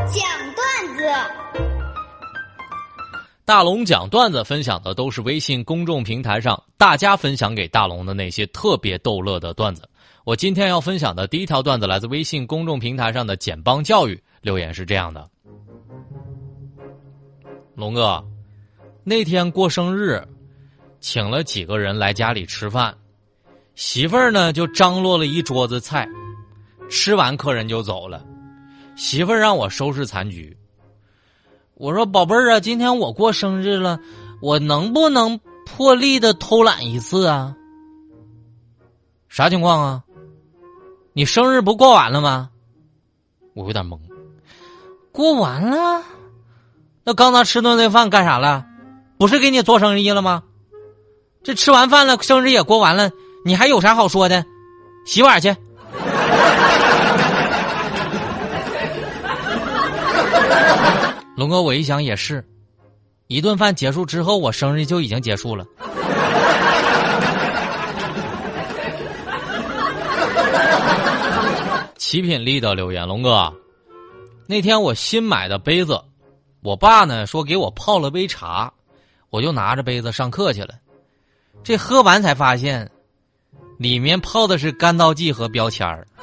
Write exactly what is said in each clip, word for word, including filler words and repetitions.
讲段子。 大龙讲段子分享的都是微信公众平台上大家分享给大龙的那些特别逗乐的段子。我今天要分享的第一条段子来自微信公众平台上的简邦教育，留言是这样的：龙哥，那天过生日，请了几个人来家里吃饭，媳妇儿呢就张罗了一桌子菜，吃完客人就走了，媳妇儿让我收拾残局。我说宝贝儿啊，今天我过生日了，我能不能破例的偷懒一次啊？啥情况啊？你生日不过完了吗？我有点懵。过完了？那刚才吃顿那饭干啥了？不是给你做生日了吗？这吃完饭了，生日也过完了，你还有啥好说的？洗碗去。龙哥，我一想也是，一顿饭结束之后，我生日就已经结束了。极品力的留言，龙哥，那天我新买的杯子，我爸呢说给我泡了杯茶，我就拿着杯子上课去了。这喝完才发现，里面泡的是干燥剂和标签儿。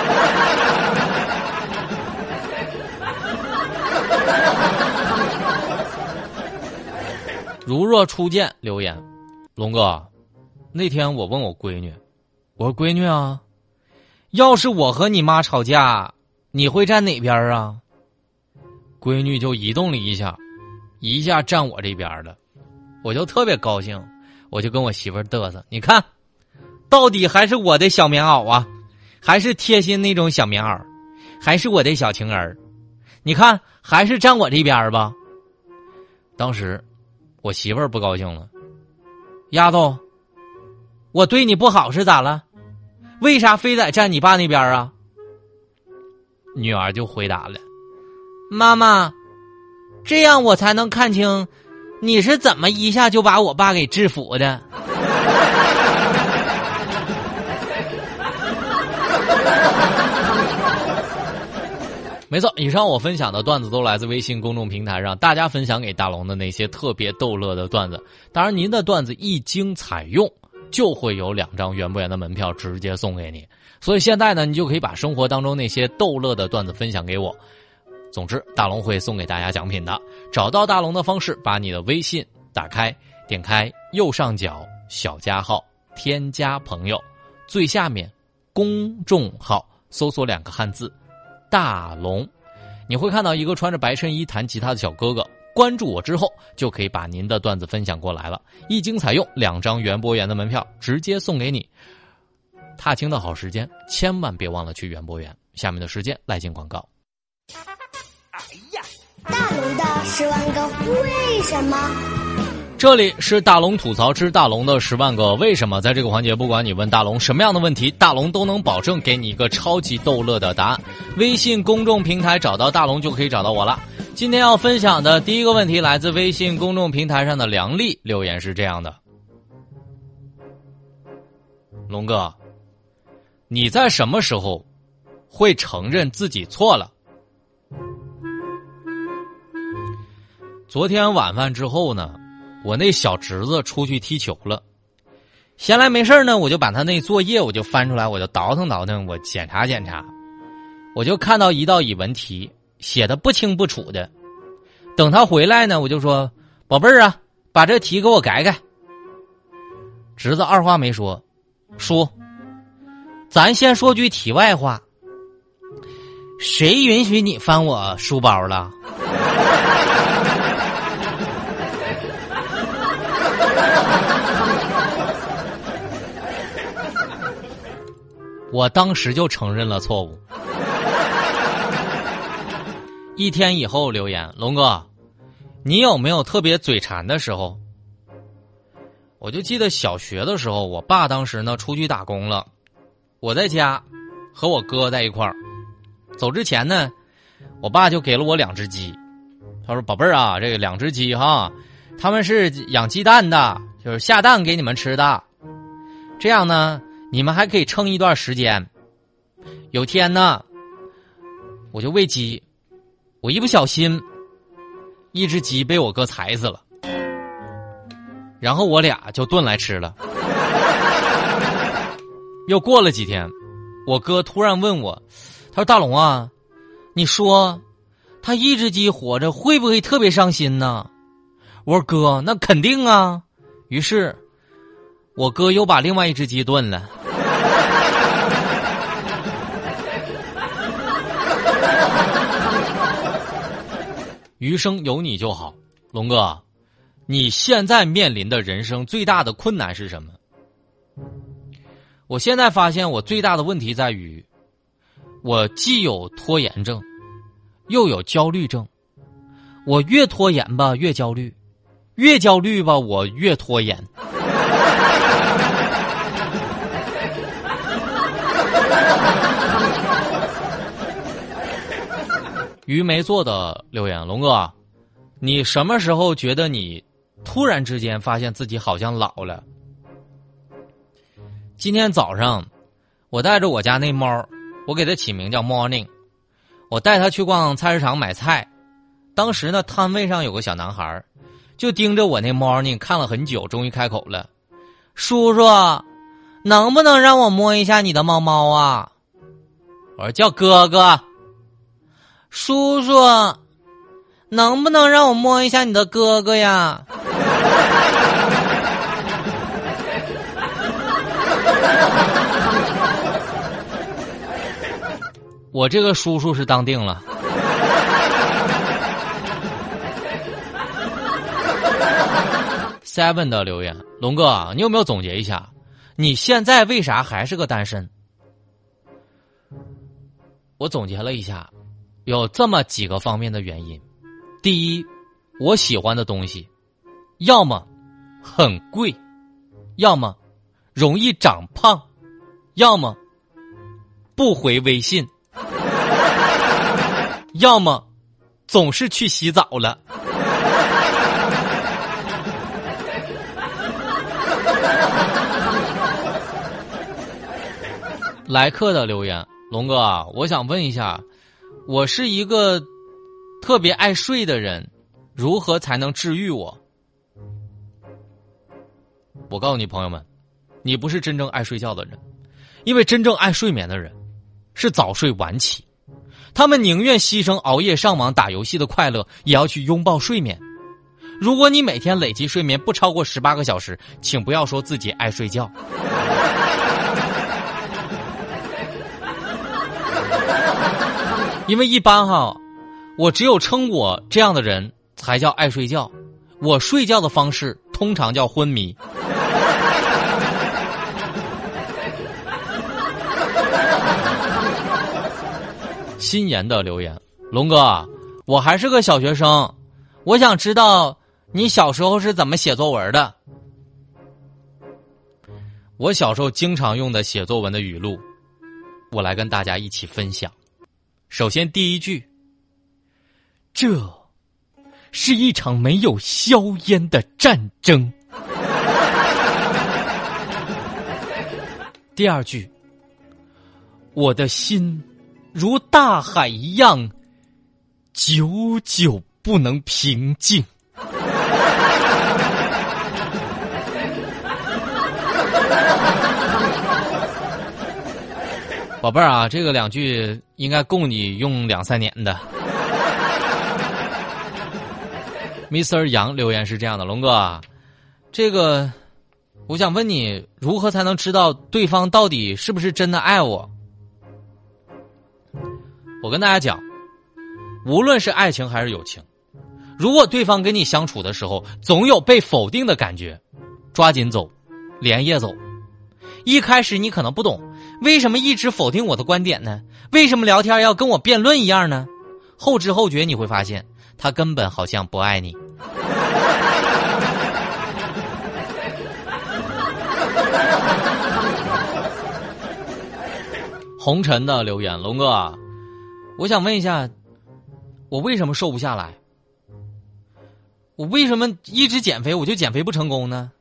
如若初见留言，龙哥，那天我问我闺女，我说闺女啊，要是我和你妈吵架，你会站哪边啊？闺女就移动了一下，一下站我这边了，我就特别高兴，我就跟我媳妇儿嘚瑟，你看，到底还是我的小棉袄啊，还是贴心那种小棉袄，还是我的小情人，你看还是站我这边吧。当时我媳妇儿不高兴了，丫头，我对你不好是咋了？为啥非得站你爸那边啊？女儿就回答了，妈妈，这样我才能看清你是怎么一下就把我爸给制服的。没错，以上我分享的段子都来自微信公众平台上大家分享给大龙的那些特别逗乐的段子。当然您的段子一经采用，就会有两张圆不圆的门票直接送给你。所以现在呢，你就可以把生活当中那些逗乐的段子分享给我。总之大龙会送给大家奖品的。找到大龙的方式，把你的微信打开，点开右上角小加号，添加朋友，最下面公众号搜索两个汉字大龙，你会看到一个穿着白衬衣弹吉他的小哥哥，关注我之后就可以把您的段子分享过来了。一经采用，两张园博园的门票直接送给你。踏青的好时间，千万别忘了去园博园。下面的时间来进广告。 哎呀，大龙的十万个为什么。 这里是大龙吐槽之大龙的十万个为什么。在这个环节，不管你问大龙什么样的问题，大龙都能保证给你一个超级逗乐的答案。微信公众平台找到大龙就可以找到我了。今天要分享的第一个问题来自微信公众平台上的梁丽，留言是这样的：龙哥，你在什么时候会承认自己错了？昨天晚饭之后呢，我那小侄子出去踢球了，闲来没事呢，我就把他那作业我就翻出来，我就倒腾倒腾，我检查检查，我就看到一道语文题写的不清不楚的。等他回来呢，我就说，宝贝儿啊，把这题给我改改。侄子二话没说，叔，咱先说句题外话，谁允许你翻我书包了？我当时就承认了错误。一天以后留言，龙哥，你有没有特别嘴馋的时候？我就记得小学的时候，我爸当时呢出去打工了，我在家和我哥在一块儿，走之前呢，我爸就给了我两只鸡，他说宝贝儿啊，这个两只鸡哈，他们是养鸡蛋的，就是下蛋给你们吃的，这样呢你们还可以撑一段时间。有天呢我就喂鸡， 我一不小心，一只鸡被我哥踩死了，然后我俩就炖来吃了。又过了几天，我哥突然问我，他说大龙啊，你说他一只鸡活着会不会特别伤心呢？我说哥，那肯定啊。于是我哥又把另外一只鸡炖了。余生有你就好。龙哥，你现在面临的人生最大的困难是什么？我现在发现我最大的问题在于，我既有拖延症，又有焦虑症。我越拖延吧越焦虑，越焦虑吧我越拖延。于没做的留言，龙哥，你什么时候觉得你突然之间发现自己好像老了？今天早上我带着我家那猫，我给它起名叫 Morning， 我带它去逛菜市场买菜。当时呢，摊位上有个小男孩就盯着我那 Morning 看了很久，终于开口了，叔叔，能不能让我摸一下你的猫猫啊？我说叫哥哥。叔叔，能不能让我摸一下你的哥哥呀？我这个叔叔是当定了。Seven 的留言，龙哥，你有没有总结一下，你现在为啥还是个单身？我总结了一下，有这么几个方面的原因。第一，我喜欢的东西要么很贵，要么容易长胖，要么不回微信，要么总是去洗澡了。来客的留言，龙哥啊，我想问一下，我是一个特别爱睡的人，如何才能治愈我？我告诉你朋友们，你不是真正爱睡觉的人，因为真正爱睡眠的人是早睡晚起，他们宁愿牺牲熬夜上网打游戏的快乐，也要去拥抱睡眠。如果你每天累计睡眠不超过十八个小时，请不要说自己爱睡觉。因为一般哈，我只有称我这样的人才叫爱睡觉，我睡觉的方式通常叫昏迷。心妍的留言，龙哥，我还是个小学生，我想知道你小时候是怎么写作文的。我小时候经常用的写作文的语录，我来跟大家一起分享。首先第一句，这是一场没有硝烟的战争。第二句，我的心如大海一样久久不能平静。宝贝儿啊，这个两句应该够你用两三年的。mister 杨留言是这样的，龙哥，这个我想问你，如何才能知道对方到底是不是真的爱我？我跟大家讲，无论是爱情还是友情，如果对方跟你相处的时候总有被否定的感觉，抓紧走，连夜走。一开始你可能不懂，为什么一直否定我的观点呢？为什么聊天要跟我辩论一样呢？后知后觉你会发现，他根本好像不爱你。红尘的留言，龙哥，我想问一下，我为什么瘦不下来？我为什么一直减肥我就减肥不成功呢？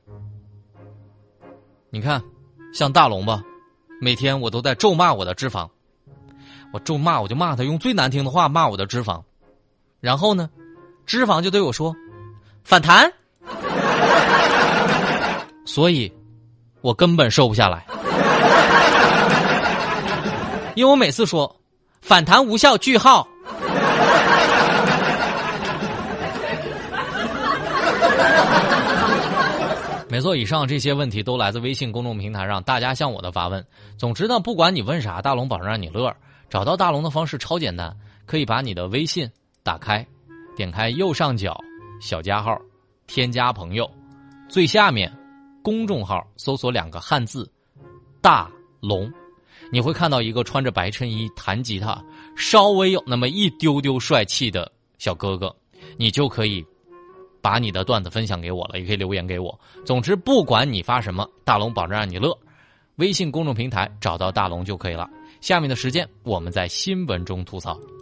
你看像大龙吧，每天我都在咒骂我的脂肪，我咒骂我就骂他，用最难听的话骂我的脂肪， 然后呢，脂肪就对我说反弹，所以我根本瘦不下来，因为我每次说反弹无效句号。没错，以上这些问题都来自微信公众平台上大家向我的发问。总之呢，不管你问啥，大龙保证让你乐。找到大龙的方式超简单，可以把你的微信打开，点开右上角小加号，添加朋友，最下面公众号搜索两个汉字大龙，你会看到一个穿着白衬衣弹吉他稍微有那么一丢丢帅气的小哥哥，你就可以把你的段子分享给我了，也可以留言给我。总之不管你发什么，大龙保证让你乐。微信公众平台找到大龙就可以了。下面的时间我们在新闻中吐槽。